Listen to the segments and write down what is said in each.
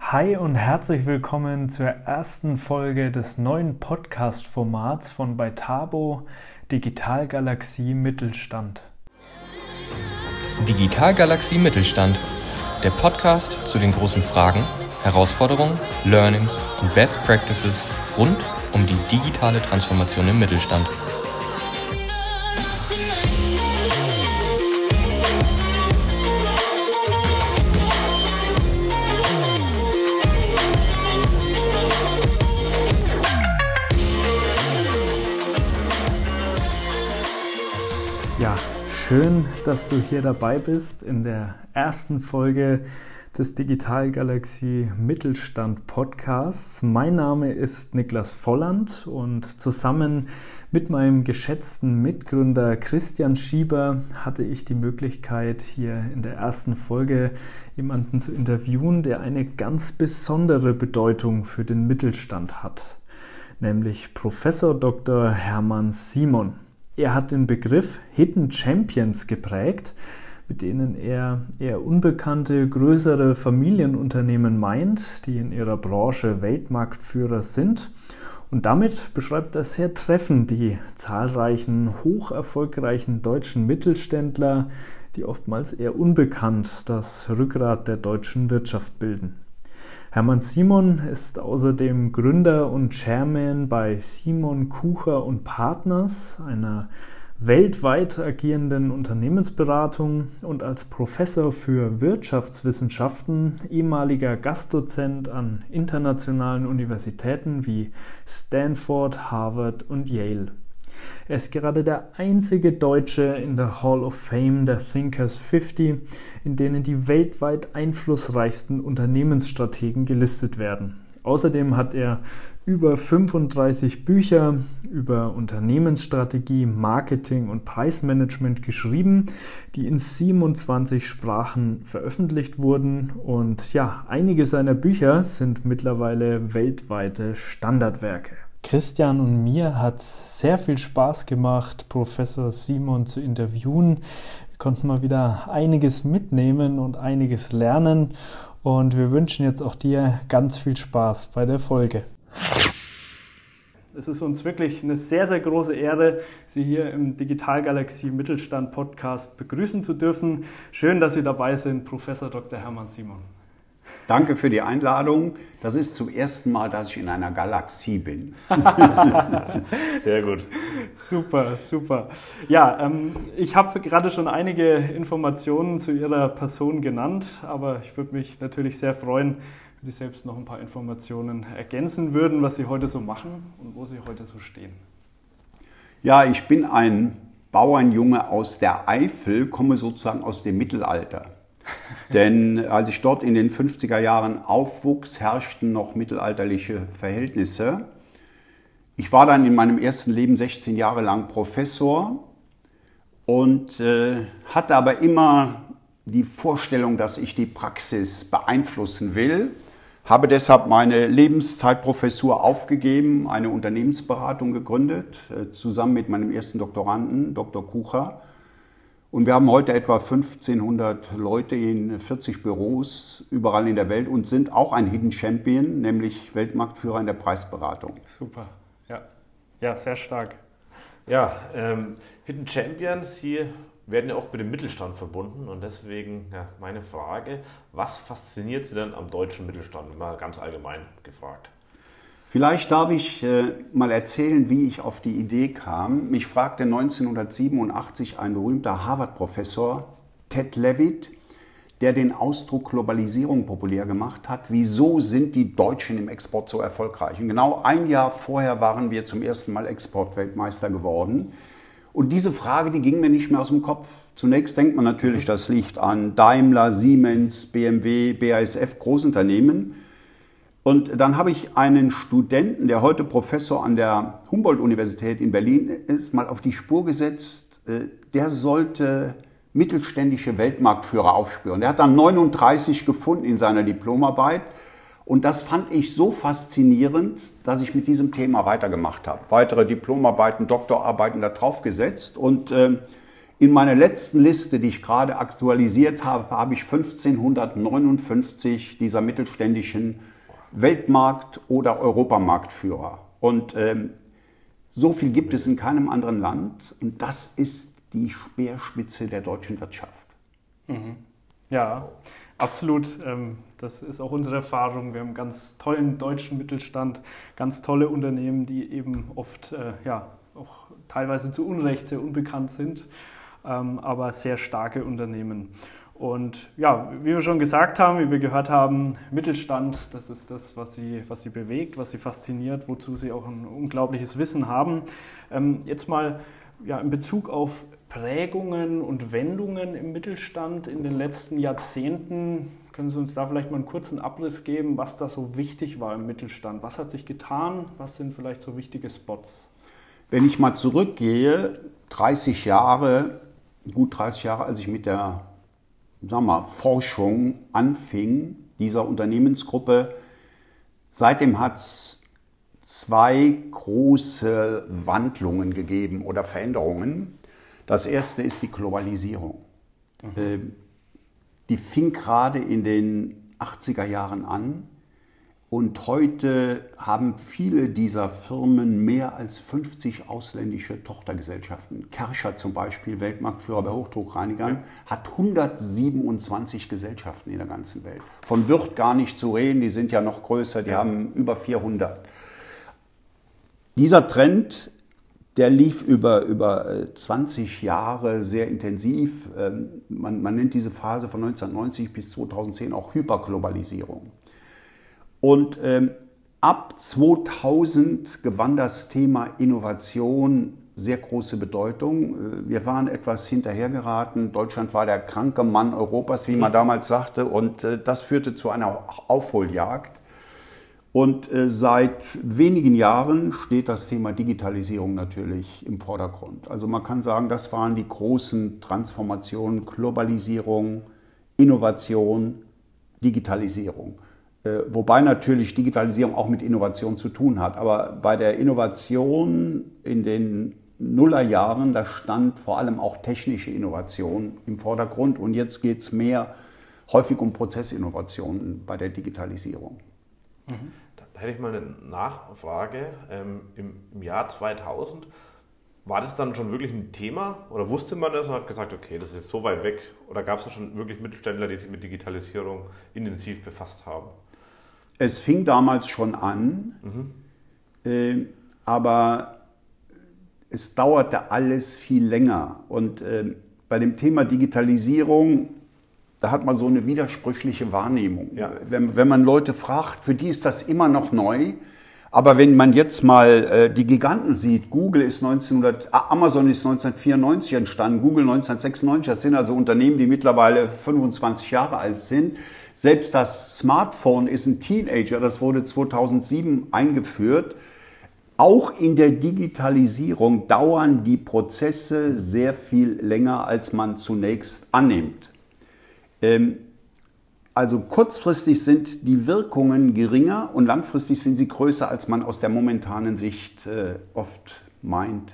Hi und herzlich willkommen zur ersten Folge des neuen Podcast-Formats von Beitabo, Digitalgalaxie Mittelstand. Digitalgalaxie Mittelstand, der Podcast zu den großen Fragen, Herausforderungen, Learnings und Best Practices rund um die digitale Transformation im Mittelstand. Ja, schön, dass du hier dabei bist in der ersten Folge des Digitalgalaxie Mittelstand Podcasts. Mein Name ist Niklas Volland und zusammen mit meinem geschätzten Mitgründer Christian Schieber hatte ich die Möglichkeit, hier in der ersten Folge jemanden zu interviewen, der eine ganz besondere Bedeutung für den Mittelstand hat, nämlich Professor Dr. Hermann Simon. Er hat den Begriff Hidden Champions geprägt, mit denen er eher unbekannte, größere Familienunternehmen meint, die in ihrer Branche Weltmarktführer sind. Und damit beschreibt er sehr treffend die zahlreichen, hoch erfolgreichen deutschen Mittelständler, die oftmals eher unbekannt das Rückgrat der deutschen Wirtschaft bilden. Hermann Simon ist außerdem Gründer und Chairman bei Simon Kucher & Partners, einer weltweit agierenden Unternehmensberatung, und als Professor für Wirtschaftswissenschaften ehemaliger Gastdozent an internationalen Universitäten wie Stanford, Harvard und Yale. Er ist gerade der einzige Deutsche in der Hall of Fame der Thinkers 50, in denen die weltweit einflussreichsten Unternehmensstrategen gelistet werden. Außerdem hat er über 35 Bücher über Unternehmensstrategie, Marketing und Preismanagement geschrieben, die in 27 Sprachen veröffentlicht wurden. Und ja, einige seiner Bücher sind mittlerweile weltweite Standardwerke. Christian und mir hat sehr viel Spaß gemacht, Professor Simon zu interviewen. Wir konnten mal wieder einiges mitnehmen und einiges lernen. Und wir wünschen jetzt auch dir ganz viel Spaß bei der Folge. Es ist uns wirklich eine sehr, sehr große Ehre, Sie hier im Digitalgalaxie Mittelstand Podcast begrüßen zu dürfen. Schön, dass Sie dabei sind, Professor Dr. Hermann Simon. Danke für die Einladung. Das ist zum ersten Mal, dass ich in einer Galaxie bin. Sehr gut. Super, super. Ja, ich habe gerade schon einige Informationen zu Ihrer Person genannt, aber ich würde mich natürlich sehr freuen, wenn Sie selbst noch ein paar Informationen ergänzen würden, was Sie heute so machen und wo Sie heute so stehen. Ja, ich bin ein Bauernjunge aus der Eifel, komme sozusagen aus dem Mittelalter. Denn als ich dort in den 50er Jahren aufwuchs, herrschten noch mittelalterliche Verhältnisse. Ich war dann in meinem ersten Leben 16 Jahre lang Professor und hatte aber immer die Vorstellung, dass ich die Praxis beeinflussen will. Habe deshalb meine Lebenszeitprofessur aufgegeben, eine Unternehmensberatung gegründet, zusammen mit meinem ersten Doktoranden, Dr. Kucher. Und wir haben heute etwa 1500 Leute in 40 Büros überall in der Welt und sind auch ein Hidden Champion, nämlich Weltmarktführer in der Preisberatung. Super, ja, ja, sehr stark. Ja, Hidden Champion, Sie werden ja oft mit dem Mittelstand verbunden und deswegen ja, meine Frage, was fasziniert Sie denn am deutschen Mittelstand? Mal ganz allgemein gefragt. Vielleicht darf ich mal erzählen, wie ich auf die Idee kam. Mich fragte 1987 ein berühmter Harvard-Professor, Ted Levitt, der den Ausdruck Globalisierung populär gemacht hat, wieso sind die Deutschen im Export so erfolgreich? Und genau ein Jahr vorher waren wir zum ersten Mal Exportweltmeister geworden. Und diese Frage, die ging mir nicht mehr aus dem Kopf. Zunächst denkt man natürlich, das liegt an Daimler, Siemens, BMW, BASF, Großunternehmen. Und dann habe ich einen Studenten, der heute Professor an der Humboldt-Universität in Berlin ist, mal auf die Spur gesetzt. Der sollte mittelständische Weltmarktführer aufspüren. Der hat dann 39 gefunden in seiner Diplomarbeit. Und das fand ich so faszinierend, dass ich mit diesem Thema weitergemacht habe. Weitere Diplomarbeiten, Doktorarbeiten da drauf gesetzt. Und In meiner letzten Liste, die ich gerade aktualisiert habe, habe ich 1559 dieser mittelständischen Weltmarkt- oder Europamarktführer. Und so viel gibt es in keinem anderen Land. Und das ist die Speerspitze der deutschen Wirtschaft. Ja, absolut. Das ist auch unsere Erfahrung. Wir haben einen ganz tollen deutschen Mittelstand, ganz tolle Unternehmen, die eben oft auch teilweise zu Unrecht sehr unbekannt sind, aber sehr starke Unternehmen. Und ja, wie wir schon gesagt haben, wie wir gehört haben, Mittelstand, das ist das, was sie bewegt, was sie fasziniert, wozu sie auch ein unglaubliches Wissen haben. Jetzt mal in Bezug auf Prägungen und Wendungen im Mittelstand in den letzten Jahrzehnten. Können Sie uns da vielleicht mal einen kurzen Abriss geben, was da so wichtig war im Mittelstand? Was hat sich getan? Was sind vielleicht so wichtige Spots? Wenn ich mal zurückgehe, gut 30 Jahre, als ich mit der Forschung anfing, dieser Unternehmensgruppe, seitdem hat es 2 große Wandlungen gegeben oder Veränderungen. Das erste ist die Globalisierung. Die fing gerade in den 80er Jahren an und heute haben viele dieser Firmen mehr als 50 ausländische Tochtergesellschaften. Kärcher zum Beispiel, Weltmarktführer bei Hochdruckreinigern, hat 127 Gesellschaften in der ganzen Welt. Von Wirth gar nicht zu reden, die sind ja noch größer, die haben über 400. Dieser Trend, der lief über 20 Jahre sehr intensiv. Man nennt diese Phase von 1990 bis 2010 auch Hyperglobalisierung. Und ab 2000 gewann das Thema Innovation sehr große Bedeutung. Wir waren etwas hinterhergeraten. Deutschland war der kranke Mann Europas, wie man damals sagte. Und das führte zu einer Aufholjagd. Und seit wenigen Jahren steht das Thema Digitalisierung natürlich im Vordergrund. Also man kann sagen, das waren die großen Transformationen: Globalisierung, Innovation, Digitalisierung. Wobei natürlich Digitalisierung auch mit Innovation zu tun hat. Aber bei der Innovation in den Nullerjahren, da stand vor allem auch technische Innovation im Vordergrund. Und jetzt geht es häufig um Prozessinnovationen bei der Digitalisierung. Da hätte ich mal eine Nachfrage. Im Jahr 2000, war das dann schon wirklich ein Thema? Oder wusste man das und hat gesagt, okay, das ist jetzt so weit weg? Oder gab es da schon wirklich Mittelständler, die sich mit Digitalisierung intensiv befasst haben? Es fing damals schon an, aber es dauerte alles viel länger. Und bei dem Thema Digitalisierung, da hat man so eine widersprüchliche Wahrnehmung. Ja. Wenn man Leute fragt, für die ist das immer noch neu. Aber wenn man jetzt mal die Giganten sieht, Amazon ist 1994 entstanden, Google 1996, das sind also Unternehmen, die mittlerweile 25 Jahre alt sind. Selbst das Smartphone ist ein Teenager, das wurde 2007 eingeführt. Auch in der Digitalisierung dauern die Prozesse sehr viel länger, als man zunächst annimmt. Also kurzfristig sind die Wirkungen geringer und langfristig sind sie größer, als man aus der momentanen Sicht oft meint.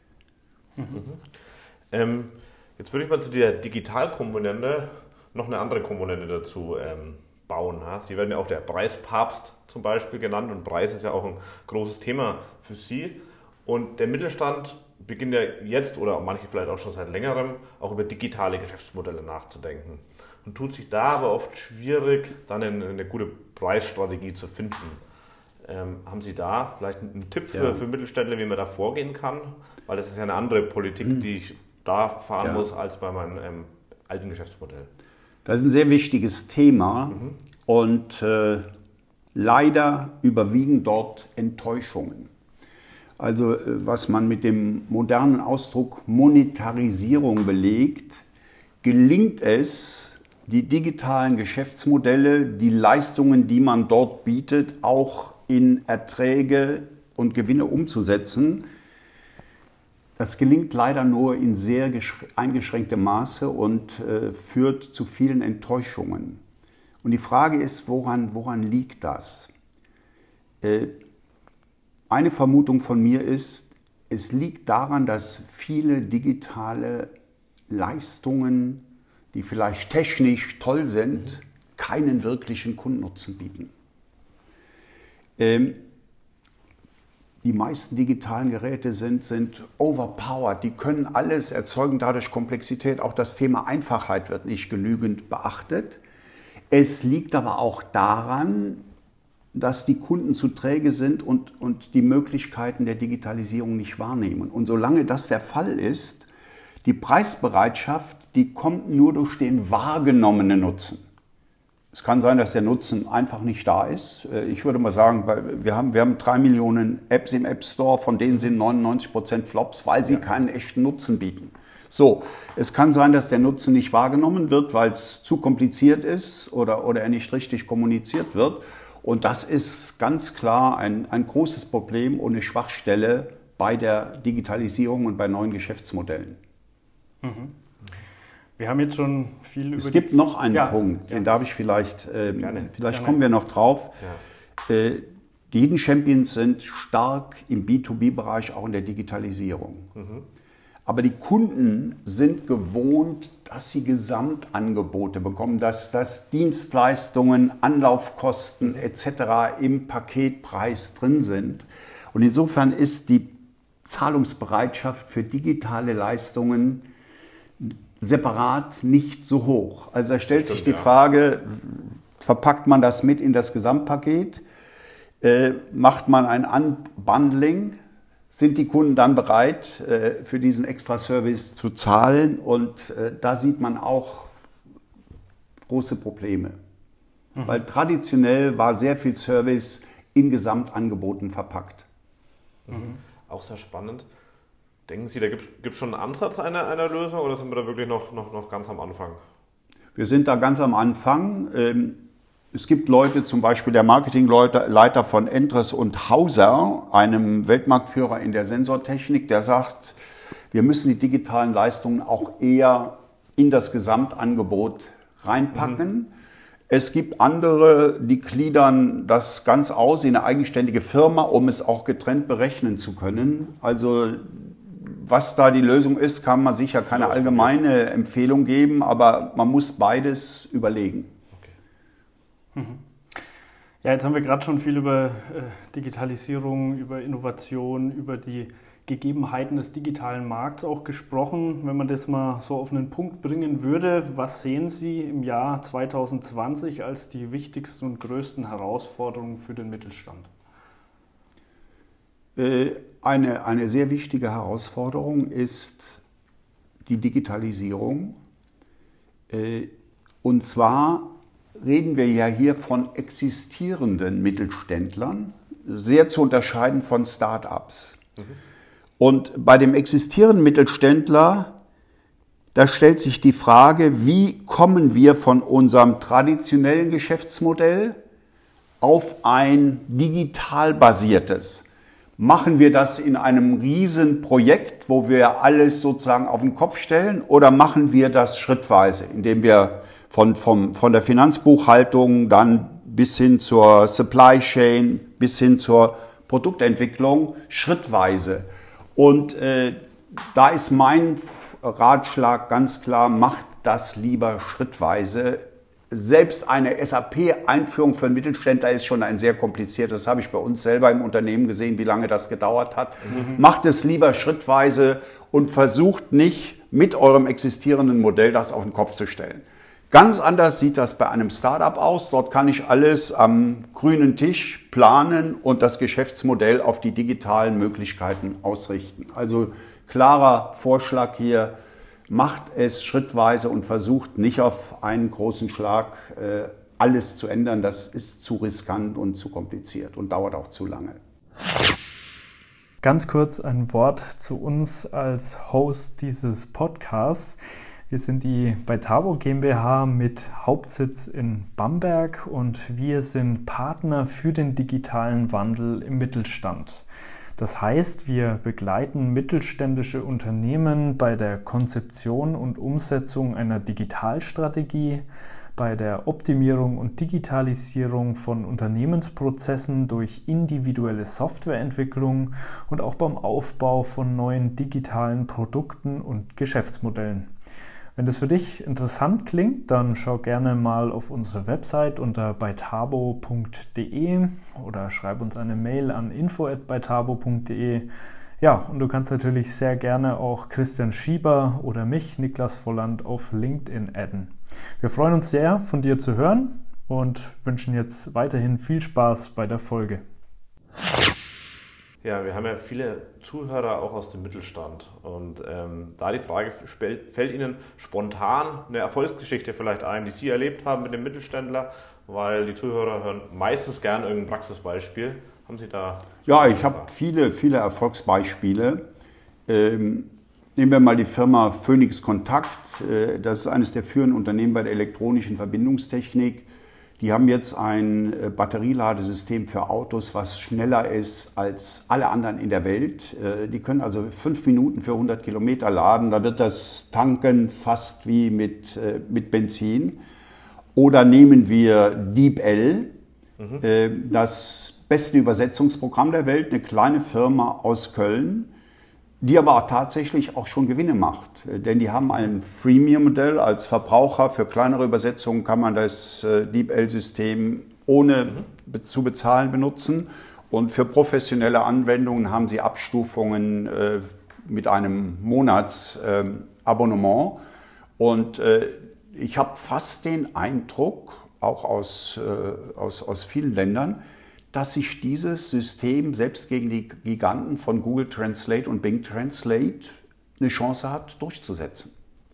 Jetzt würde ich mal zu der Digitalkomponente noch eine andere Komponente dazu bauen. Sie werden ja auch der Preispapst zum Beispiel genannt und Preis ist ja auch ein großes Thema für Sie. Und der Mittelstand beginnt ja jetzt oder manche vielleicht auch schon seit längerem auch über digitale Geschäftsmodelle nachzudenken und tut sich da aber oft schwierig, dann eine gute Preisstrategie zu finden. Haben Sie da vielleicht einen Tipp für Mittelständler, wie man da vorgehen kann? Weil das ist ja eine andere Politik, die ich da fahren muss als bei meinem alten Geschäftsmodell. Das ist ein sehr wichtiges Thema und leider überwiegen dort Enttäuschungen. Also was man mit dem modernen Ausdruck Monetarisierung belegt, gelingt es, die digitalen Geschäftsmodelle, die Leistungen, die man dort bietet, auch in Erträge und Gewinne umzusetzen. Das gelingt leider nur in sehr eingeschränktem Maße und führt zu vielen Enttäuschungen. Und die Frage ist, woran liegt das? Eine Vermutung von mir ist, es liegt daran, dass viele digitale Leistungen, die vielleicht technisch toll sind, keinen wirklichen Kundennutzen bieten. Die meisten digitalen Geräte sind overpowered, die können alles, erzeugen dadurch Komplexität. Auch das Thema Einfachheit wird nicht genügend beachtet. Es liegt aber auch daran, dass die Kunden zu träge sind und die Möglichkeiten der Digitalisierung nicht wahrnehmen. Und solange das der Fall ist, die Preisbereitschaft, die kommt nur durch den wahrgenommenen Nutzen. Es kann sein, dass der Nutzen einfach nicht da ist. Ich würde mal sagen, wir haben 3 Millionen Apps im App Store, von denen sind 99% Flops, weil sie keinen echten Nutzen bieten. So, es kann sein, dass der Nutzen nicht wahrgenommen wird, weil es zu kompliziert ist oder er nicht richtig kommuniziert wird. Und das ist ganz klar ein großes Problem und eine Schwachstelle bei der Digitalisierung und bei neuen Geschäftsmodellen. Mhm. Wir haben jetzt schon viel über... Es gibt noch einen Punkt, den darf ich vielleicht kommen wir noch drauf. Ja. Die Hidden Champions sind stark im B2B-Bereich, auch in der Digitalisierung. Mhm. Aber die Kunden sind gewohnt, dass sie Gesamtangebote bekommen, dass Dienstleistungen, Anlaufkosten etc. im Paketpreis drin sind. Und insofern ist die Zahlungsbereitschaft für digitale Leistungen separat nicht so hoch. Also da stellt sich die Frage, verpackt man das mit in das Gesamtpaket? Macht man ein Unbundling? Sind die Kunden dann bereit, für diesen Extra-Service zu zahlen? Und da sieht man auch große Probleme. Weil traditionell war sehr viel Service in Gesamtangeboten verpackt. Mhm. Auch sehr spannend. Denken Sie, da gibt es schon einen Ansatz einer Lösung oder sind wir da wirklich noch ganz am Anfang? Wir sind da ganz am Anfang. Es gibt Leute, zum Beispiel der Marketingleiter von Entres und Hauser, einem Weltmarktführer in der Sensortechnik, der sagt, wir müssen die digitalen Leistungen auch eher in das Gesamtangebot reinpacken. Mhm. Es gibt andere, die gliedern das ganz aus in eine eigenständige Firma, um es auch getrennt berechnen zu können. Also was da die Lösung ist, kann man sicher keine allgemeine Empfehlung geben, aber man muss beides überlegen. Ja, jetzt haben wir gerade schon viel über Digitalisierung, über Innovation, über die Gegebenheiten des digitalen Markts auch gesprochen. Wenn man das mal so auf einen Punkt bringen würde, was sehen Sie im Jahr 2020 als die wichtigsten und größten Herausforderungen für den Mittelstand? Eine sehr wichtige Herausforderung ist die Digitalisierung. Und zwar reden wir ja hier von existierenden Mittelständlern, sehr zu unterscheiden von Start-ups. Mhm. Und bei dem existierenden Mittelständler, da stellt sich die Frage, wie kommen wir von unserem traditionellen Geschäftsmodell auf ein digital basiertes? Machen wir das in einem Riesenprojekt, wo wir alles sozusagen auf den Kopf stellen, oder machen wir das schrittweise, indem wir von der Finanzbuchhaltung dann bis hin zur Supply Chain, bis hin zur Produktentwicklung schrittweise. Und da ist mein Ratschlag ganz klar, macht das lieber schrittweise. Selbst eine SAP-Einführung für einen Mittelständler ist schon ein sehr kompliziertes. Das habe ich bei uns selber im Unternehmen gesehen, wie lange das gedauert hat. Mhm. Macht es lieber schrittweise und versucht nicht, mit eurem existierenden Modell das auf den Kopf zu stellen. Ganz anders sieht das bei einem Startup aus. Dort kann ich alles am grünen Tisch planen und das Geschäftsmodell auf die digitalen Möglichkeiten ausrichten. Also klarer Vorschlag hier, macht es schrittweise und versucht nicht auf einen großen Schlag alles zu ändern. Das ist zu riskant und zu kompliziert und dauert auch zu lange. Ganz kurz ein Wort zu uns als Host dieses Podcasts. Wir sind die Beitabo GmbH mit Hauptsitz in Bamberg und wir sind Partner für den digitalen Wandel im Mittelstand. Das heißt, wir begleiten mittelständische Unternehmen bei der Konzeption und Umsetzung einer Digitalstrategie, bei der Optimierung und Digitalisierung von Unternehmensprozessen durch individuelle Softwareentwicklung und auch beim Aufbau von neuen digitalen Produkten und Geschäftsmodellen. Wenn das für dich interessant klingt, dann schau gerne mal auf unsere Website unter beitabo.de oder schreib uns eine Mail an info@beitabo.de. Ja, und du kannst natürlich sehr gerne auch Christian Schieber oder mich, Niklas Volland, auf LinkedIn adden. Wir freuen uns sehr, von dir zu hören und wünschen jetzt weiterhin viel Spaß bei der Folge. Ja, wir haben ja viele Zuhörer auch aus dem Mittelstand und da die Frage, fällt Ihnen spontan eine Erfolgsgeschichte vielleicht ein, die Sie erlebt haben mit dem Mittelständler, weil die Zuhörer hören meistens gern irgendein Praxisbeispiel. Haben Sie da? Ja, ich habe viele Erfolgsbeispiele. Nehmen wir mal die Firma Phoenix Kontakt. Das ist eines der führenden Unternehmen bei der elektronischen Verbindungstechnik. Die haben jetzt ein Batterieladesystem für Autos, was schneller ist als alle anderen in der Welt. Die können also 5 Minuten für 100 Kilometer laden. Da wird das Tanken fast wie mit Benzin. Oder nehmen wir DeepL, das beste Übersetzungsprogramm der Welt, eine kleine Firma aus Köln, die aber tatsächlich auch schon Gewinne macht. Denn die haben ein Freemium-Modell. Als Verbraucher für kleinere Übersetzungen kann man das DeepL-System ohne zu bezahlen benutzen. Und für professionelle Anwendungen haben sie Abstufungen mit einem Monatsabonnement. Und ich habe fast den Eindruck, auch aus vielen Ländern, dass sich dieses System selbst gegen die Giganten von Google Translate und Bing Translate eine Chance hat, durchzusetzen.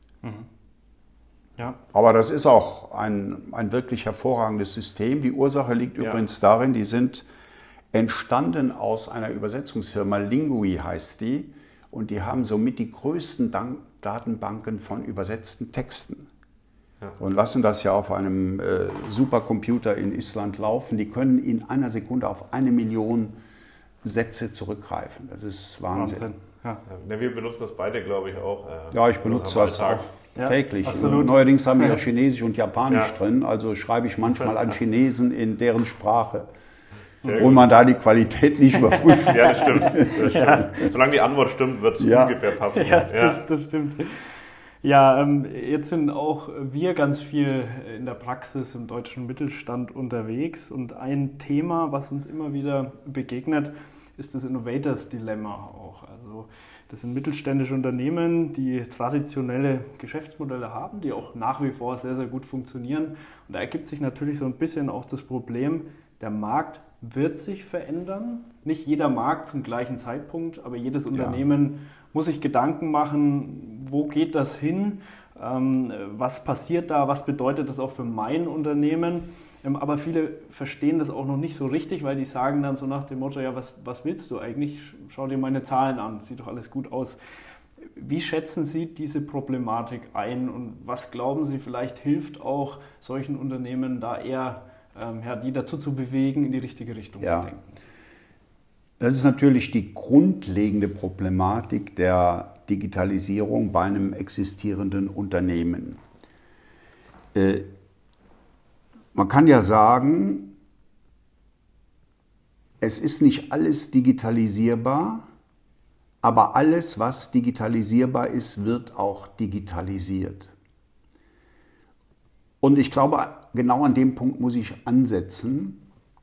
Ja. Aber das ist auch ein wirklich hervorragendes System. Die Ursache liegt übrigens darin, die sind entstanden aus einer Übersetzungsfirma, Lingui heißt die, und die haben somit die größten Datenbanken von übersetzten Texten. Und lassen das ja auf einem Supercomputer in Island laufen. Die können in einer Sekunde auf 1 Million Sätze zurückgreifen. Das ist Wahnsinn. Ja. Wir benutzen das beide, glaube ich, auch. Ja, ich benutze das auch täglich. Absolut. Neuerdings haben wir ja Chinesisch und Japanisch drin. Also schreibe ich manchmal an Chinesen in deren Sprache. Obwohl man da die Qualität nicht überprüft. Ja, das stimmt. Solange die Antwort stimmt, wird es ungefähr passen. Ja, das stimmt. Ja, jetzt sind auch wir ganz viel in der Praxis im deutschen Mittelstand unterwegs und ein Thema, was uns immer wieder begegnet, ist das Innovators Dilemma auch. Also das sind mittelständische Unternehmen, die traditionelle Geschäftsmodelle haben, die auch nach wie vor sehr, sehr gut funktionieren. Und da ergibt sich natürlich so ein bisschen auch das Problem, der Markt wird sich verändern. Nicht jeder Markt zum gleichen Zeitpunkt, aber jedes Unternehmen muss sich Gedanken machen, wo geht das hin, was passiert da, was bedeutet das auch für mein Unternehmen. Aber viele verstehen das auch noch nicht so richtig, weil die sagen dann so nach dem Motto, ja, was willst du eigentlich? Schau dir meine Zahlen an, sieht doch alles gut aus. Wie schätzen Sie diese Problematik ein und was glauben Sie, vielleicht hilft auch solchen Unternehmen da eher, die dazu zu bewegen, in die richtige Richtung zu denken? Das ist natürlich die grundlegende Problematik der Digitalisierung bei einem existierenden Unternehmen. Man kann ja sagen, es ist nicht alles digitalisierbar, aber alles, was digitalisierbar ist, wird auch digitalisiert. Und ich glaube, genau an dem Punkt muss ich ansetzen.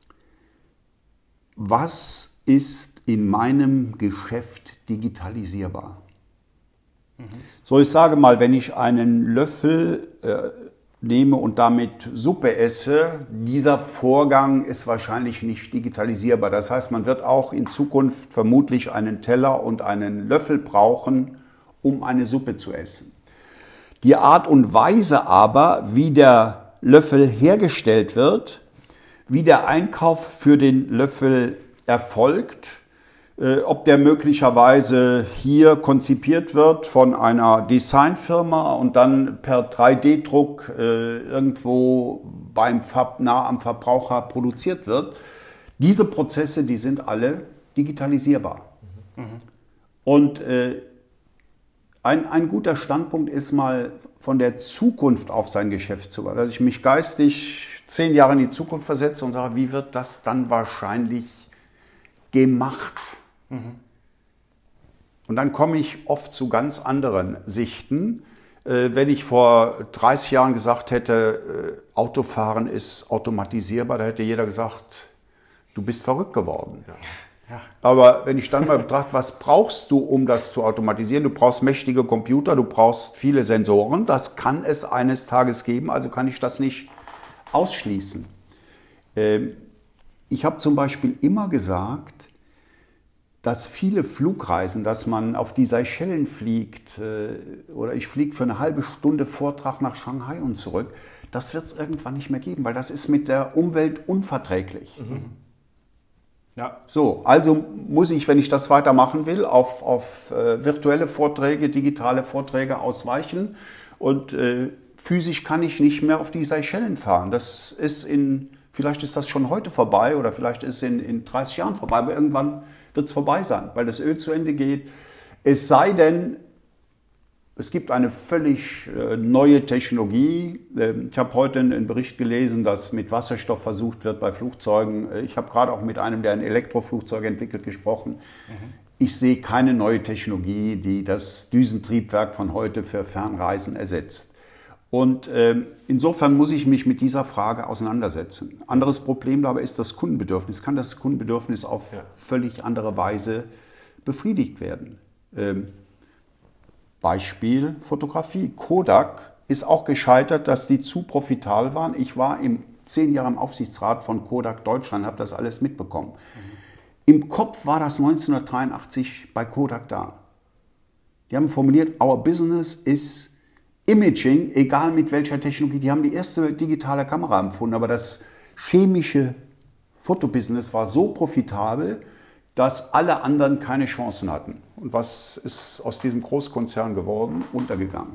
Was ist in meinem Geschäft digitalisierbar? So, ich sage mal, wenn ich einen Löffel nehme und damit Suppe esse, dieser Vorgang ist wahrscheinlich nicht digitalisierbar. Das heißt, man wird auch in Zukunft vermutlich einen Teller und einen Löffel brauchen, um eine Suppe zu essen. Die Art und Weise aber, wie der Löffel hergestellt wird, wie der Einkauf für den Löffel erfolgt, ob der möglicherweise hier konzipiert wird von einer Designfirma und dann per 3D-Druck irgendwo nah am Verbraucher produziert wird. Diese Prozesse, die sind alle digitalisierbar. Und Ein guter Standpunkt ist mal von der Zukunft auf sein Geschäft zu, dass ich mich geistig 10 Jahre in die Zukunft versetze und sage, wie wird das dann wahrscheinlich gemacht? Und dann komme ich oft zu ganz anderen Sichten. Wenn ich vor 30 Jahren gesagt hätte, Autofahren ist automatisierbar, da hätte jeder gesagt, du bist verrückt geworden. Ja. Aber wenn ich dann mal betrachte, was brauchst du, um das zu automatisieren? Du brauchst mächtige Computer, du brauchst viele Sensoren. Das kann es eines Tages geben, also kann ich das nicht ausschließen. Ich habe zum Beispiel immer gesagt, dass viele Flugreisen, dass man auf die Seychellen fliegt oder ich fliege für eine halbe Stunde Vortrag nach Shanghai und zurück, das wird es irgendwann nicht mehr geben, weil das ist mit der Umwelt unverträglich. Ja. So, also muss ich, wenn ich das weitermachen will, auf virtuelle Vorträge, digitale Vorträge ausweichen und physisch kann ich nicht mehr auf die Seychellen fahren. Das ist vielleicht ist das schon heute vorbei oder vielleicht ist es in 30 Jahren vorbei, aber irgendwann wird es vorbei sein, weil das Öl zu Ende geht. Es sei denn, es gibt eine völlig neue Technologie. Ich habe heute einen Bericht gelesen, dass mit Wasserstoff versucht wird bei Flugzeugen. Ich habe gerade auch mit einem, der ein Elektroflugzeug entwickelt, gesprochen. Ich sehe keine neue Technologie, die das Düsentriebwerk von heute für Fernreisen ersetzt. Und insofern muss ich mich mit dieser Frage auseinandersetzen. Anderes Problem dabei ist das Kundenbedürfnis. Kann das Kundenbedürfnis auf völlig andere Weise befriedigt werden? Beispiel Fotografie. Kodak ist auch gescheitert, dass die zu profitabel waren. Ich war 10 Jahre im Aufsichtsrat von Kodak Deutschland, habe das alles mitbekommen. Im Kopf war das 1983 bei Kodak da. Die haben formuliert, our business is Imaging, egal mit welcher Technologie. Die haben die erste digitale Kamera empfunden, aber das chemische Fotobusiness war so profitabel, dass alle anderen keine Chancen hatten. Und was ist aus diesem Großkonzern geworden? Untergegangen.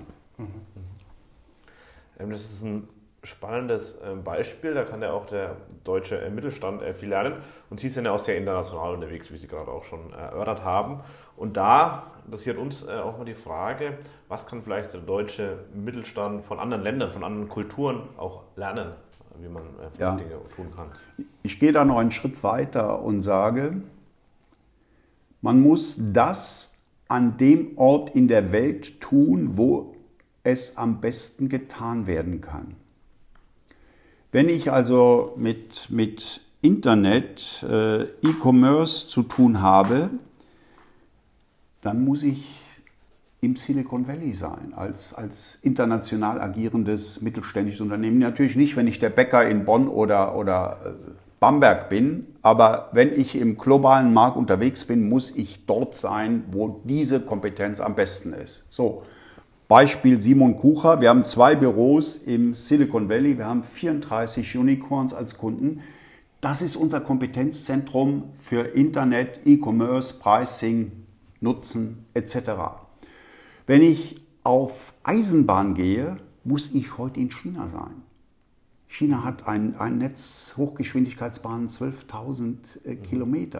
Das ist ein spannendes Beispiel, da kann ja auch der deutsche Mittelstand viel lernen. Und Sie sind ja auch sehr international unterwegs, wie Sie gerade auch schon erörtert haben. Und da interessiert uns auch mal die Frage, was kann vielleicht der deutsche Mittelstand von anderen Ländern, von anderen Kulturen auch lernen, wie man Dinge tun kann? Ich gehe da noch einen Schritt weiter und sage, man muss das an dem Ort in der Welt tun, wo es am besten getan werden kann. Wenn ich also mit Internet, E-Commerce zu tun habe, dann muss ich im Silicon Valley sein, als international agierendes mittelständisches Unternehmen. Natürlich nicht, wenn ich der Bäcker in Bonn oder Bamberg bin, aber wenn ich im globalen Markt unterwegs bin, muss ich dort sein, wo diese Kompetenz am besten ist. So, Beispiel Simon Kucher. Wir haben 2 Büros im Silicon Valley. Wir haben 34 Unicorns als Kunden. Das ist unser Kompetenzzentrum für Internet, E-Commerce, Pricing, Nutzen etc. Wenn ich auf Eisenbahn gehe, muss ich heute in China sein. China hat ein Netz Hochgeschwindigkeitsbahnen 12.000 Kilometer.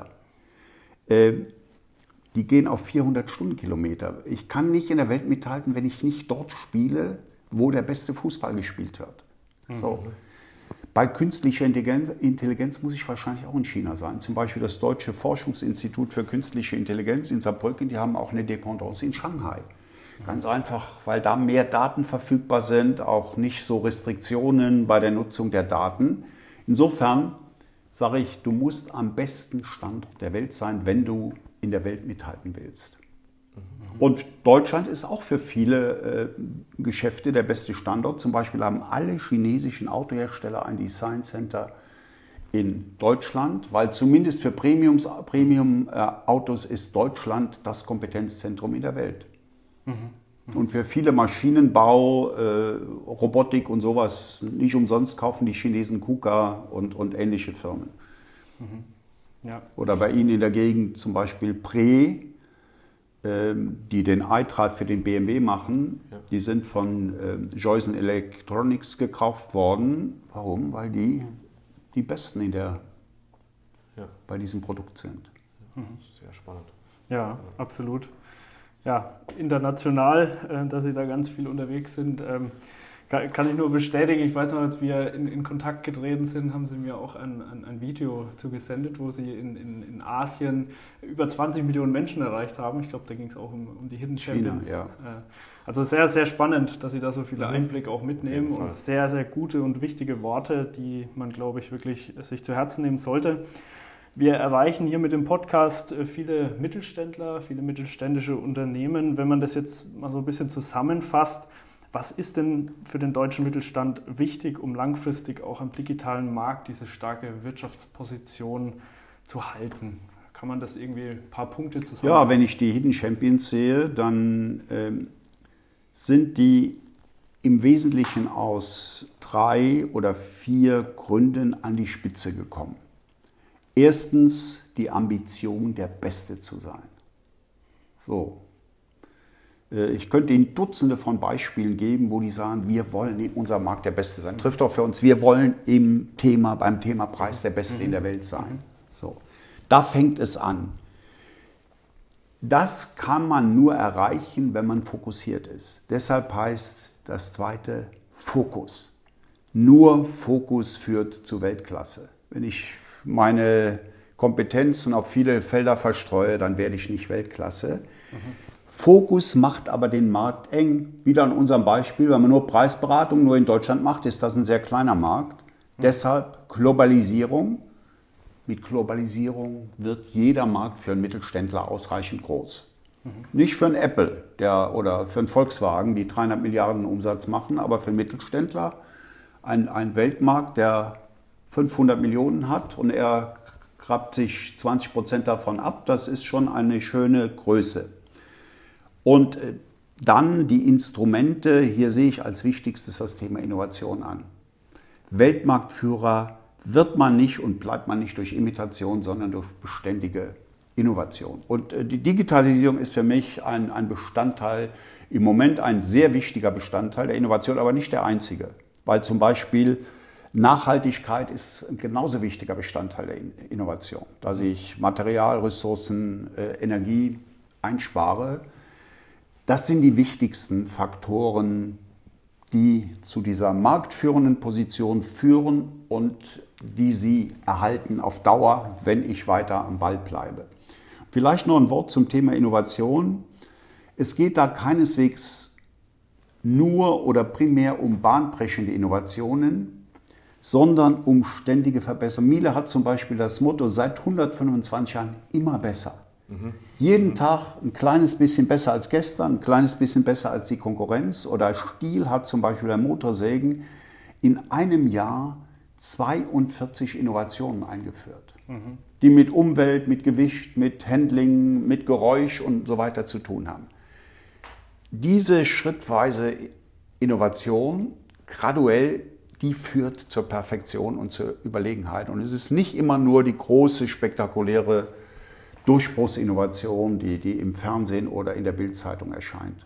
Die gehen auf 400 Stundenkilometer. Ich kann nicht in der Welt mithalten, wenn ich nicht dort spiele, wo der beste Fußball gespielt wird. So. Bei künstlicher Intelligenz muss ich wahrscheinlich auch in China sein. Zum Beispiel das Deutsche Forschungsinstitut für Künstliche Intelligenz in Saarbrücken, die haben auch eine Dependance in Shanghai. Ganz einfach, weil da mehr Daten verfügbar sind, auch nicht so Restriktionen bei der Nutzung der Daten. Insofern sage ich, du musst am besten Standort der Welt sein, wenn du in der Welt mithalten willst. Und Deutschland ist auch für viele Geschäfte der beste Standort. Zum Beispiel haben alle chinesischen Autohersteller ein Design Center in Deutschland, weil zumindest für Premium-Autos ist Deutschland das Kompetenzzentrum in der Welt. Und für viele Maschinenbau, Robotik und sowas, nicht umsonst kaufen die Chinesen KUKA und ähnliche Firmen. Ja. Oder bei Ihnen in der Gegend zum Beispiel Pre, die den iDrive für den BMW machen, die sind von Joyson Electronics gekauft worden. Warum? Weil die Besten bei diesem Produkt sind. Sehr spannend. Ja, absolut. international, dass Sie da ganz viel unterwegs sind. Kann ich nur bestätigen. Ich weiß noch, als wir in Kontakt getreten sind, haben Sie mir auch ein Video zugesendet, wo Sie in Asien über 20 Millionen Menschen erreicht haben. Ich glaube, da ging es auch um die Hidden Champions. China, ja. Also sehr, sehr spannend, dass Sie da so viele Einblicke auch mitnehmen und sehr, sehr gute und wichtige Worte, die man, glaube ich, wirklich sich zu Herzen nehmen sollte. Wir erreichen hier mit dem Podcast viele Mittelständler, viele mittelständische Unternehmen. Wenn man das jetzt mal so ein bisschen zusammenfasst, was ist denn für den deutschen Mittelstand wichtig, um langfristig auch am digitalen Markt diese starke Wirtschaftsposition zu halten? Kann man das irgendwie ein paar Punkte zusammenfassen? Ja, wenn ich die Hidden Champions sehe, dann sind die im Wesentlichen aus 3 oder 4 Gründen an die Spitze gekommen. Erstens die Ambition, der Beste zu sein. So. Ich könnte Ihnen Dutzende von Beispielen geben, wo die sagen, wir wollen in unserem Markt der Beste sein. Trifft auch für uns, wir wollen beim Thema Preis der Beste in der Welt sein. So. Da fängt es an. Das kann man nur erreichen, wenn man fokussiert ist. Deshalb heißt das zweite Fokus. Nur Fokus führt zu Weltklasse. Wenn ich meine Kompetenzen auf viele Felder verstreue, dann werde ich nicht Weltklasse. Fokus macht aber den Markt eng. Wieder an unserem Beispiel, wenn man nur Preisberatung nur in Deutschland macht, ist das ein sehr kleiner Markt. Deshalb Globalisierung. Mit Globalisierung wird jeder Markt für einen Mittelständler ausreichend groß. Nicht für einen Apple oder für einen Volkswagen, die 300 Milliarden Umsatz machen, aber für einen Mittelständler ein Weltmarkt, der 500 Millionen hat und er grabt sich 20% davon ab. Das ist schon eine schöne Größe. Und dann die Instrumente, hier sehe ich als wichtigstes das Thema Innovation an. Weltmarktführer wird man nicht und bleibt man nicht durch Imitation, sondern durch beständige Innovation. Und die Digitalisierung ist für mich ein Bestandteil, im Moment ein sehr wichtiger Bestandteil der Innovation, aber nicht der einzige. Weil zum Beispiel Nachhaltigkeit ist ein genauso wichtiger Bestandteil der Innovation. Dass ich Material, Ressourcen, Energie einspare. Das sind die wichtigsten Faktoren, die zu dieser marktführenden Position führen und die sie erhalten auf Dauer, wenn ich weiter am Ball bleibe. Vielleicht noch ein Wort zum Thema Innovation. Es geht da keineswegs nur oder primär um bahnbrechende Innovationen, sondern um ständige Verbesserung. Miele hat zum Beispiel das Motto seit 125 Jahren immer besser. Jeden Tag ein kleines bisschen besser als gestern, ein kleines bisschen besser als die Konkurrenz. Oder Stihl hat zum Beispiel ein Motorsägen in einem Jahr 42 Innovationen eingeführt, die mit Umwelt, mit Gewicht, mit Handling, mit Geräusch und so weiter zu tun haben. Diese schrittweise Innovation, graduell, die führt zur Perfektion und zur Überlegenheit. Und es ist nicht immer nur die große, spektakuläre Durchbruchsinnovation, die im Fernsehen oder in der Bildzeitung erscheint.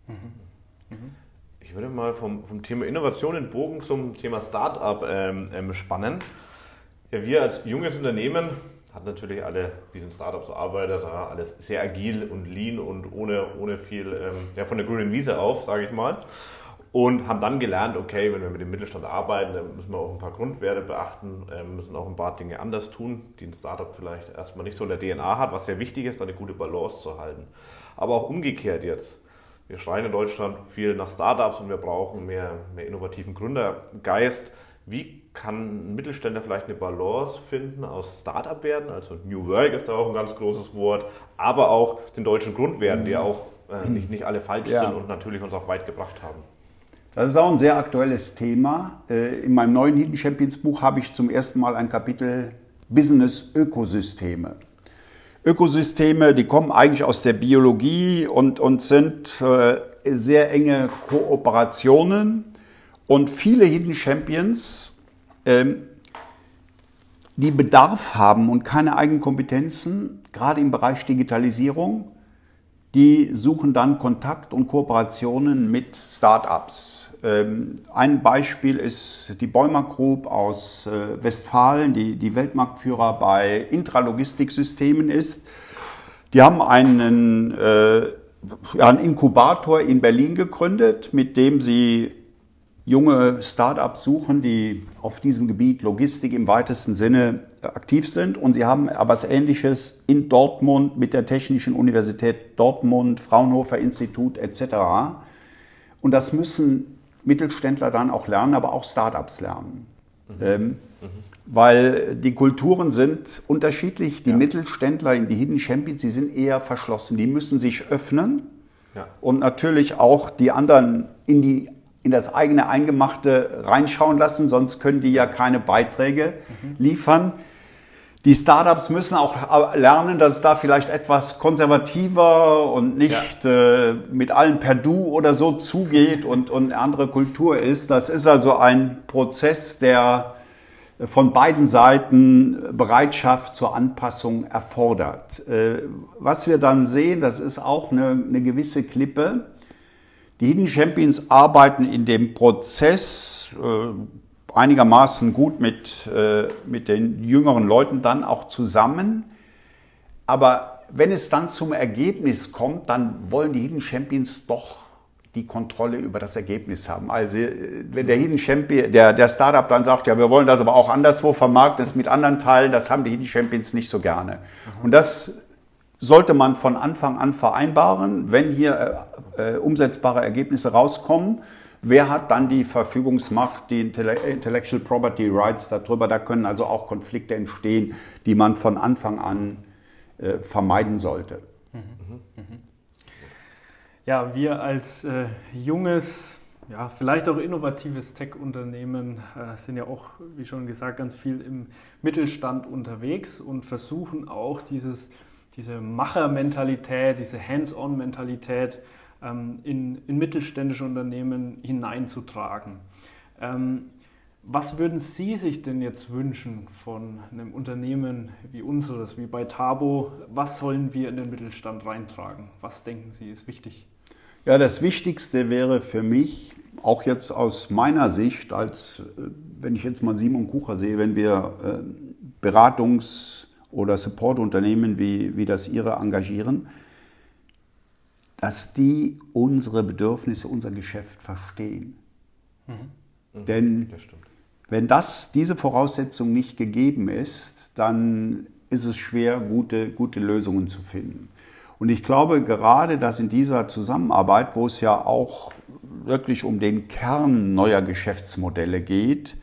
Ich würde mal vom Thema Innovation den Bogen zum Thema Start-up spannen. Ja, wir als junges Unternehmen hat natürlich alle, wie es in Startups so arbeitet, alles sehr agil und lean und ohne viel von der grünen Wiese auf, sage ich mal. Und haben dann gelernt, okay, wenn wir mit dem Mittelstand arbeiten, dann müssen wir auch ein paar Grundwerte beachten, müssen auch ein paar Dinge anders tun, die ein Startup vielleicht erstmal nicht so in der DNA hat, was sehr wichtig ist, eine gute Balance zu halten. Aber auch umgekehrt jetzt. Wir schreien in Deutschland viel nach Startups und wir brauchen mehr innovativen Gründergeist. Wie kann ein Mittelständler vielleicht eine Balance finden aus Startup werden? Also New Work ist da auch ein ganz großes Wort, aber auch den deutschen Grundwerten, die auch nicht alle falsch sind und natürlich uns auch weit gebracht haben. Das ist auch ein sehr aktuelles Thema. In meinem neuen Hidden Champions Buch habe ich zum ersten Mal ein Kapitel Business-Ökosysteme. Ökosysteme, die kommen eigentlich aus der Biologie und sind sehr enge Kooperationen. Und viele Hidden Champions, die Bedarf haben und keine eigenen Kompetenzen, gerade im Bereich Digitalisierung, die suchen dann Kontakt und Kooperationen mit Start-ups. Ein Beispiel ist die Bäumer Group aus Westfalen, die Weltmarktführer bei Intralogistiksystemen ist. Die haben einen einen Inkubator in Berlin gegründet, mit dem sie junge Start-ups suchen, die auf diesem Gebiet Logistik im weitesten Sinne aktiv sind. Und sie haben aber was Ähnliches in Dortmund mit der Technischen Universität Dortmund, Fraunhofer Institut etc. Und das müssen Mittelständler dann auch lernen, aber auch Start-ups lernen. Weil die Kulturen sind unterschiedlich. Die Mittelständler in die Hidden Champions, die sind eher verschlossen. Die müssen sich öffnen und natürlich auch die anderen in das eigene Eingemachte reinschauen lassen, sonst können die ja keine Beiträge liefern. Die Startups müssen auch lernen, dass es da vielleicht etwas konservativer und nicht mit allen per Du oder so zugeht und eine andere Kultur ist. Das ist also ein Prozess, der von beiden Seiten Bereitschaft zur Anpassung erfordert. Was wir dann sehen, das ist auch eine gewisse Klippe. Die Hidden Champions arbeiten in dem Prozess einigermaßen gut mit den jüngeren Leuten dann auch zusammen. Aber wenn es dann zum Ergebnis kommt, dann wollen die Hidden Champions doch die Kontrolle über das Ergebnis haben. Also wenn der Hidden Champion, der Startup dann sagt, ja, wir wollen das aber auch anderswo vermarkten, das mit anderen Teilen, das haben die Hidden Champions nicht so gerne. Und das sollte man von Anfang an vereinbaren, wenn hier umsetzbare Ergebnisse rauskommen. Wer hat dann die Verfügungsmacht, die Intellectual Property Rights darüber? Da können also auch Konflikte entstehen, die man von Anfang an vermeiden sollte. Ja, wir als junges, vielleicht auch innovatives Tech-Unternehmen sind ja auch, wie schon gesagt, ganz viel im Mittelstand unterwegs und versuchen auch diese Machermentalität, diese Hands-on-Mentalität in mittelständische Unternehmen hineinzutragen. Was würden Sie sich denn jetzt wünschen von einem Unternehmen wie unseres, wie bei Tabo? Was sollen wir in den Mittelstand reintragen? Was denken Sie ist wichtig? Ja, das Wichtigste wäre für mich, auch jetzt aus meiner Sicht, als wenn ich jetzt mal Simon Kucher sehe, wenn wir Beratungs- oder Supportunternehmen wie das Ihre engagieren, dass die unsere Bedürfnisse, unser Geschäft verstehen. Denn wenn diese Voraussetzung nicht gegeben ist, dann ist es schwer, gute Lösungen zu finden. Und ich glaube gerade, dass in dieser Zusammenarbeit, wo es ja auch wirklich um den Kern neuer Geschäftsmodelle geht,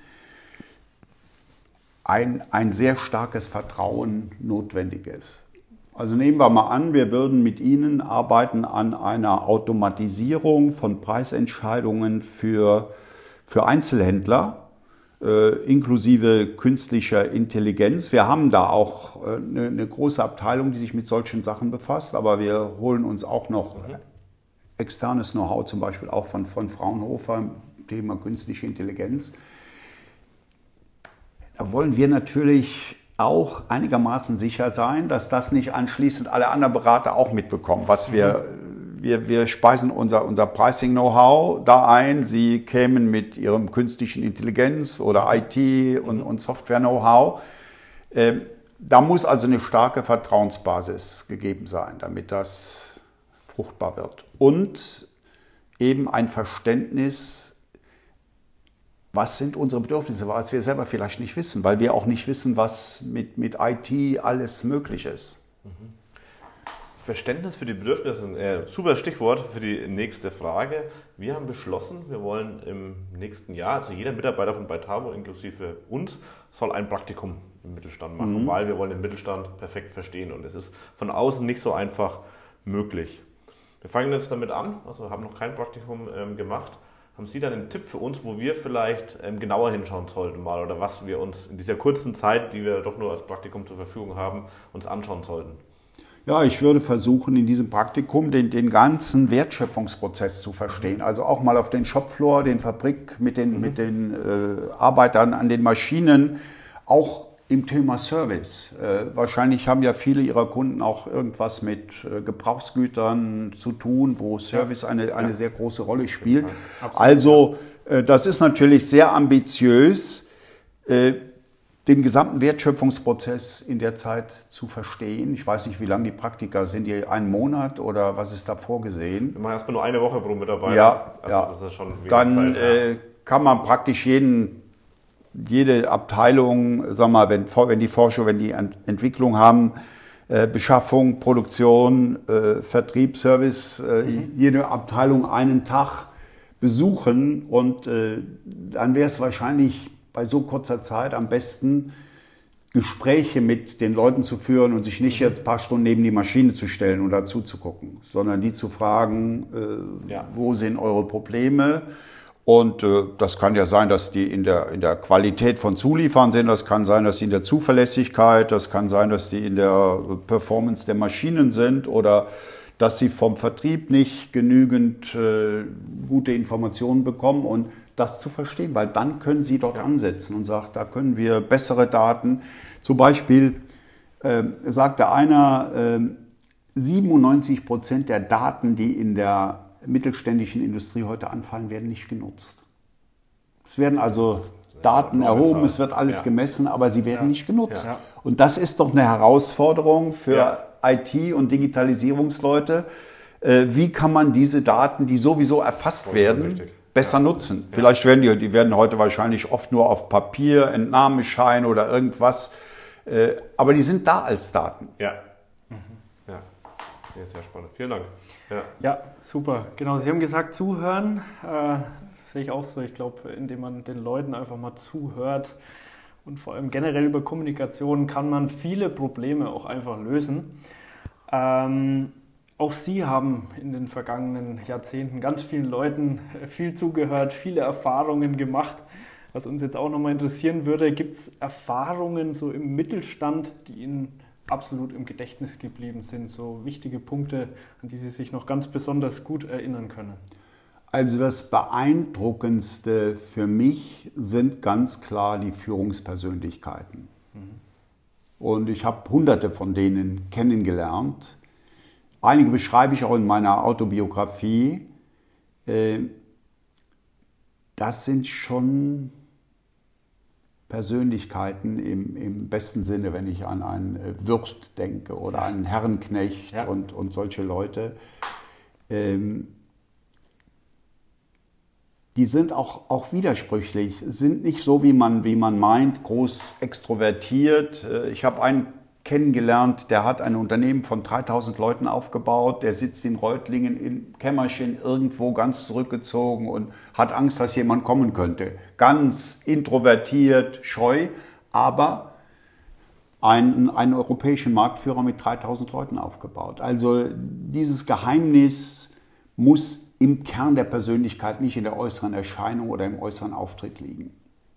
ein sehr starkes Vertrauen notwendig ist. Also nehmen wir mal an, wir würden mit Ihnen arbeiten an einer Automatisierung von Preisentscheidungen für Einzelhändler, inklusive künstlicher Intelligenz. Wir haben da auch eine große Abteilung, die sich mit solchen Sachen befasst, aber wir holen uns auch noch externes Know-how, zum Beispiel auch von Fraunhofer, Thema künstliche Intelligenz. Da wollen wir natürlich auch einigermaßen sicher sein, dass das nicht anschließend alle anderen Berater auch mitbekommen. Wir speisen unser Pricing-Know-how da ein. Sie kämen mit ihrem künstlichen Intelligenz oder IT und Software-Know-how. Da muss also eine starke Vertrauensbasis gegeben sein, damit das fruchtbar wird. Und eben ein Verständnis, was sind unsere Bedürfnisse, was wir selber vielleicht nicht wissen, weil wir auch nicht wissen, was mit IT alles möglich ist. Verständnis für die Bedürfnisse, ein super Stichwort für die nächste Frage. Wir haben beschlossen, wir wollen im nächsten Jahr, also jeder Mitarbeiter von Tabo inklusive uns, soll ein Praktikum im Mittelstand machen, weil wir wollen den Mittelstand perfekt verstehen und es ist von außen nicht so einfach möglich. Wir fangen jetzt damit an, also haben noch kein Praktikum gemacht. Haben Sie dann einen Tipp für uns, wo wir vielleicht genauer hinschauen sollten mal oder was wir uns in dieser kurzen Zeit, die wir doch nur als Praktikum zur Verfügung haben, uns anschauen sollten? Ja, ich würde versuchen, in diesem Praktikum den ganzen Wertschöpfungsprozess zu verstehen. Also auch mal auf den Shopfloor, den Fabrik mit den Arbeitern an den Maschinen, auch im Thema Service. Wahrscheinlich haben ja viele Ihrer Kunden auch irgendwas mit Gebrauchsgütern zu tun, wo Service eine sehr große Rolle spielt. Also das ist natürlich sehr ambitiös. den gesamten Wertschöpfungsprozess in der Zeit zu verstehen. Ich weiß nicht, wie lange die Praktika sind, die einen Monat oder was ist da vorgesehen? Wir machen erstmal nur eine Woche pro Mitarbeiter. Ja, also ja. Das ist schon Dann Zeit, kann man praktisch jede Abteilung, sag mal, wenn die Forschung, wenn die Entwicklung haben, Beschaffung, Produktion, Vertrieb, Service, jede Abteilung einen Tag besuchen und dann wäre es wahrscheinlich bei so kurzer Zeit am besten, Gespräche mit den Leuten zu führen und sich nicht jetzt ein paar Stunden neben die Maschine zu stellen und dazu zu gucken, sondern die zu fragen, wo sind eure Probleme? Und das kann ja sein, dass die in der Qualität von Zuliefern sind, das kann sein, dass die in der Zuverlässigkeit, das kann sein, dass die in der Performance der Maschinen sind oder dass sie vom Vertrieb nicht genügend gute Informationen bekommen und das zu verstehen, weil dann können sie dort ansetzen und sagen, da können wir bessere Daten. Zum Beispiel sagte einer, 97% der Daten, die in der mittelständischen Industrie heute anfallen, werden nicht genutzt. Es werden also Daten erhoben, es wird alles gemessen, aber sie werden nicht genutzt. Ja. Und das ist doch eine Herausforderung für IT- und Digitalisierungsleute. Wie kann man diese Daten, die sowieso erfasst werden, besser nutzen? Vielleicht werden die werden heute wahrscheinlich oft nur auf Papier, Entnahmeschein oder irgendwas, aber die sind da als Daten. Ja. Sehr spannend. Vielen Dank. Ja, super. Genau, Sie haben gesagt, zuhören. Sehe ich auch so. Ich glaube, indem man den Leuten einfach mal zuhört und vor allem generell über Kommunikation kann man viele Probleme auch einfach lösen. Auch Sie haben in den vergangenen Jahrzehnten ganz vielen Leuten viel zugehört, viele Erfahrungen gemacht. Was uns jetzt auch nochmal interessieren würde, gibt es Erfahrungen so im Mittelstand, die Ihnen absolut im Gedächtnis geblieben sind, so wichtige Punkte, an die Sie sich noch ganz besonders gut erinnern können? Also das Beeindruckendste für mich sind ganz klar die Führungspersönlichkeiten. Und ich habe Hunderte von denen kennengelernt. Einige beschreibe ich auch in meiner Autobiografie. Das sind schon Persönlichkeiten im besten Sinne, wenn ich an einen Wirth denke oder einen Herrenknecht und solche Leute. Die sind auch widersprüchlich, sind nicht so, wie man meint, groß extrovertiert. Ich habe einen kennengelernt, der hat ein Unternehmen von 3000 Leuten aufgebaut, der sitzt in Reutlingen im Kämmerchen irgendwo ganz zurückgezogen und hat Angst, dass jemand kommen könnte. Ganz introvertiert, scheu, aber einen europäischen Marktführer mit 3000 Leuten aufgebaut. Also dieses Geheimnis muss im Kern der Persönlichkeit, nicht in der äußeren Erscheinung oder im äußeren Auftritt liegen.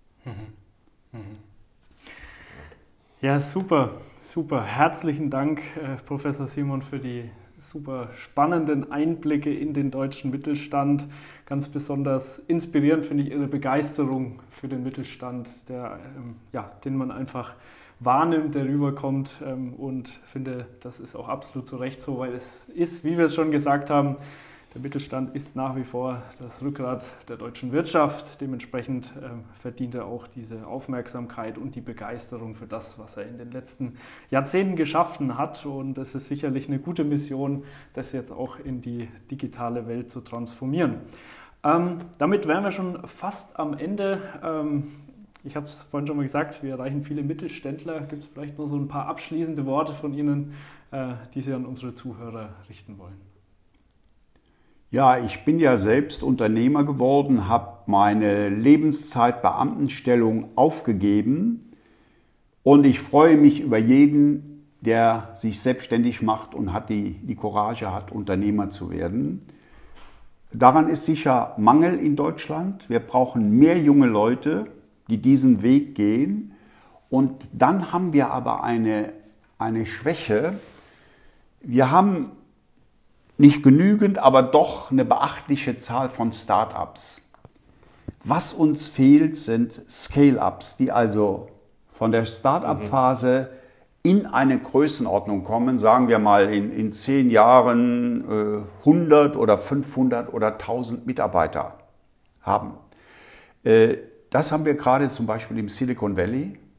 Ja, super. Super. Herzlichen Dank, Professor Simon, für die super spannenden Einblicke in den deutschen Mittelstand. Ganz besonders inspirierend finde ich Ihre Begeisterung für den Mittelstand, den man einfach wahrnimmt, der rüberkommt, und finde, das ist auch absolut zu Recht so, weil es ist, wie wir es schon gesagt haben, der Mittelstand ist nach wie vor das Rückgrat der deutschen Wirtschaft. Dementsprechend verdient er auch diese Aufmerksamkeit und die Begeisterung für das, was er in den letzten Jahrzehnten geschaffen hat. Und es ist sicherlich eine gute Mission, das jetzt auch in die digitale Welt zu transformieren. Damit wären wir schon fast am Ende. Ich habe es vorhin schon mal gesagt, wir erreichen viele Mittelständler. Gibt es vielleicht noch so ein paar abschließende Worte von Ihnen, die Sie an unsere Zuhörer richten wollen? Ja, ich bin ja selbst Unternehmer geworden, habe meine Lebenszeit-Beamtenstellung aufgegeben und ich freue mich über jeden, der sich selbstständig macht und hat die Courage hat, Unternehmer zu werden. Daran ist sicher Mangel in Deutschland. Wir brauchen mehr junge Leute, die diesen Weg gehen. Und dann haben wir aber eine Schwäche. Wir haben nicht genügend, aber doch eine beachtliche Zahl von Start-ups. Was uns fehlt, sind Scale-ups, die also von der Start-up-Phase in eine Größenordnung kommen, sagen wir mal in 10 Jahren 100 oder 500 oder 1000 Mitarbeiter haben. Das haben wir gerade zum Beispiel im Silicon Valley.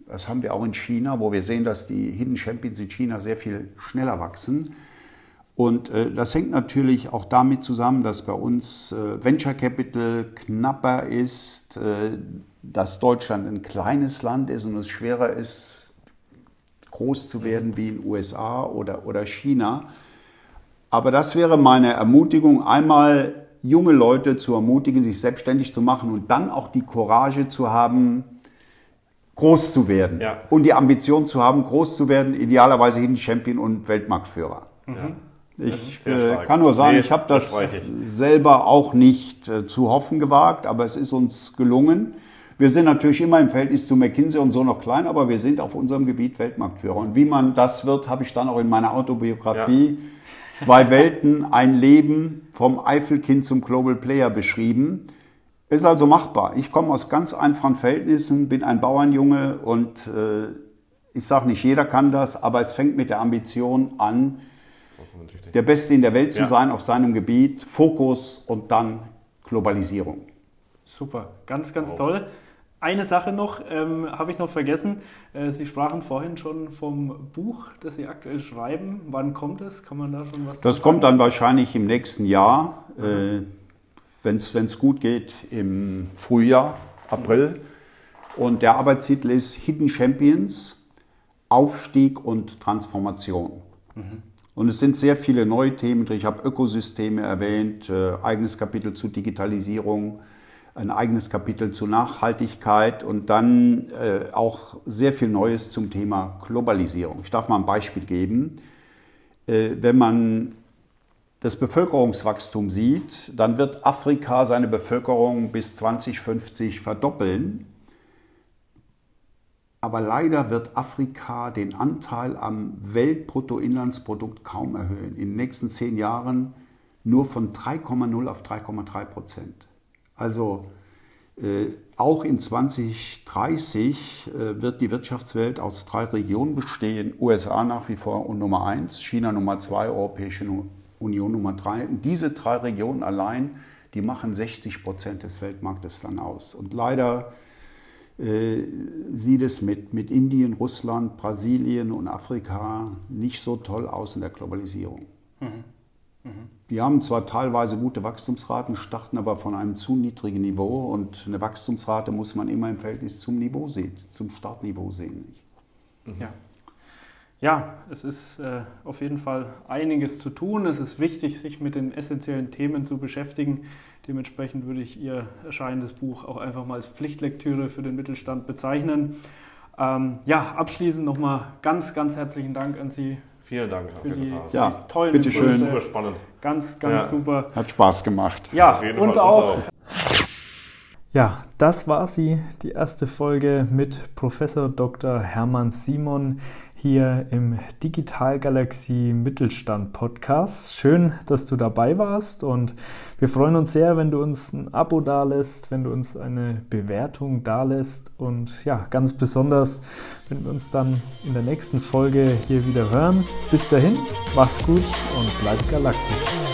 Das haben wir auch in China, wo wir sehen, dass die Hidden Champions in China sehr viel schneller wachsen. Und das hängt natürlich auch damit zusammen, dass bei uns Venture Capital knapper ist, dass Deutschland ein kleines Land ist und es schwerer ist, groß zu werden wie in den USA oder China. Aber das wäre meine Ermutigung, einmal junge Leute zu ermutigen, sich selbstständig zu machen und dann auch die Courage zu haben, groß zu werden. Ja. Und die Ambition zu haben, groß zu werden, idealerweise Hidden Champion und Weltmarktführer. Ja. Ich kann nur sagen, ich habe das selber auch nicht zu hoffen gewagt, aber es ist uns gelungen. Wir sind natürlich immer im Verhältnis zu McKinsey und so noch klein, aber wir sind auf unserem Gebiet Weltmarktführer. Und wie man das wird, habe ich dann auch in meiner Autobiografie 2 Welten, ein Leben vom Eifelkind zum Global Player beschrieben. Ist also machbar. Ich komme aus ganz einfachen Verhältnissen, bin ein Bauernjunge und ich sage nicht, jeder kann das, aber es fängt mit der Ambition an, der Beste in der Welt zu sein auf seinem Gebiet, Fokus und dann Globalisierung. Super, ganz, ganz toll. Eine Sache noch, habe ich noch vergessen. Sie sprachen vorhin schon vom Buch, das Sie aktuell schreiben. Wann kommt es? Kann man da schon was Das kommt dann wahrscheinlich im nächsten Jahr, wenn es gut geht, im Frühjahr, April. Und der Arbeitstitel ist Hidden Champions, Aufstieg und Transformation. Und es sind sehr viele neue Themen drin. Ich habe Ökosysteme erwähnt, eigenes Kapitel zu Digitalisierung, ein eigenes Kapitel zu Nachhaltigkeit und dann auch sehr viel Neues zum Thema Globalisierung. Ich darf mal ein Beispiel geben. Wenn man das Bevölkerungswachstum sieht, dann wird Afrika seine Bevölkerung bis 2050 verdoppeln. Aber leider wird Afrika den Anteil am Weltbruttoinlandsprodukt kaum erhöhen. In den nächsten 10 Jahren nur von 3,0 auf 3,3%. Also auch in 2030 wird die Wirtschaftswelt aus 3 Regionen bestehen. USA nach wie vor Nummer 1, China Nummer 2, Europäische Union Nummer 3. Und diese 3 Regionen allein, die machen 60% des Weltmarktes dann aus. Und leider sieht es mit Indien, Russland, Brasilien und Afrika nicht so toll aus in der Globalisierung. Die haben zwar teilweise gute Wachstumsraten, starten aber von einem zu niedrigen Niveau und eine Wachstumsrate muss man immer im Verhältnis zum Niveau sehen, zum Startniveau sehen. Ja, es ist auf jeden Fall einiges zu tun. Es ist wichtig, sich mit den essentiellen Themen zu beschäftigen. Dementsprechend würde ich Ihr erscheinendes Buch auch einfach mal als Pflichtlektüre für den Mittelstand bezeichnen. Abschließend nochmal ganz, ganz herzlichen Dank an Sie. Vielen Dank für die tollen Impulse. Super spannend. Ganz super. Hat Spaß gemacht. Ja, uns auch. Ja, das war sie, die erste Folge mit Professor Dr. Hermann Simon hier im Digital Galaxie Mittelstand Podcast. Schön, dass du dabei warst und wir freuen uns sehr, wenn du uns ein Abo dalässt, wenn du uns eine Bewertung dalässt und ja, ganz besonders, wenn wir uns dann in der nächsten Folge hier wieder hören. Bis dahin, mach's gut und bleib galaktisch.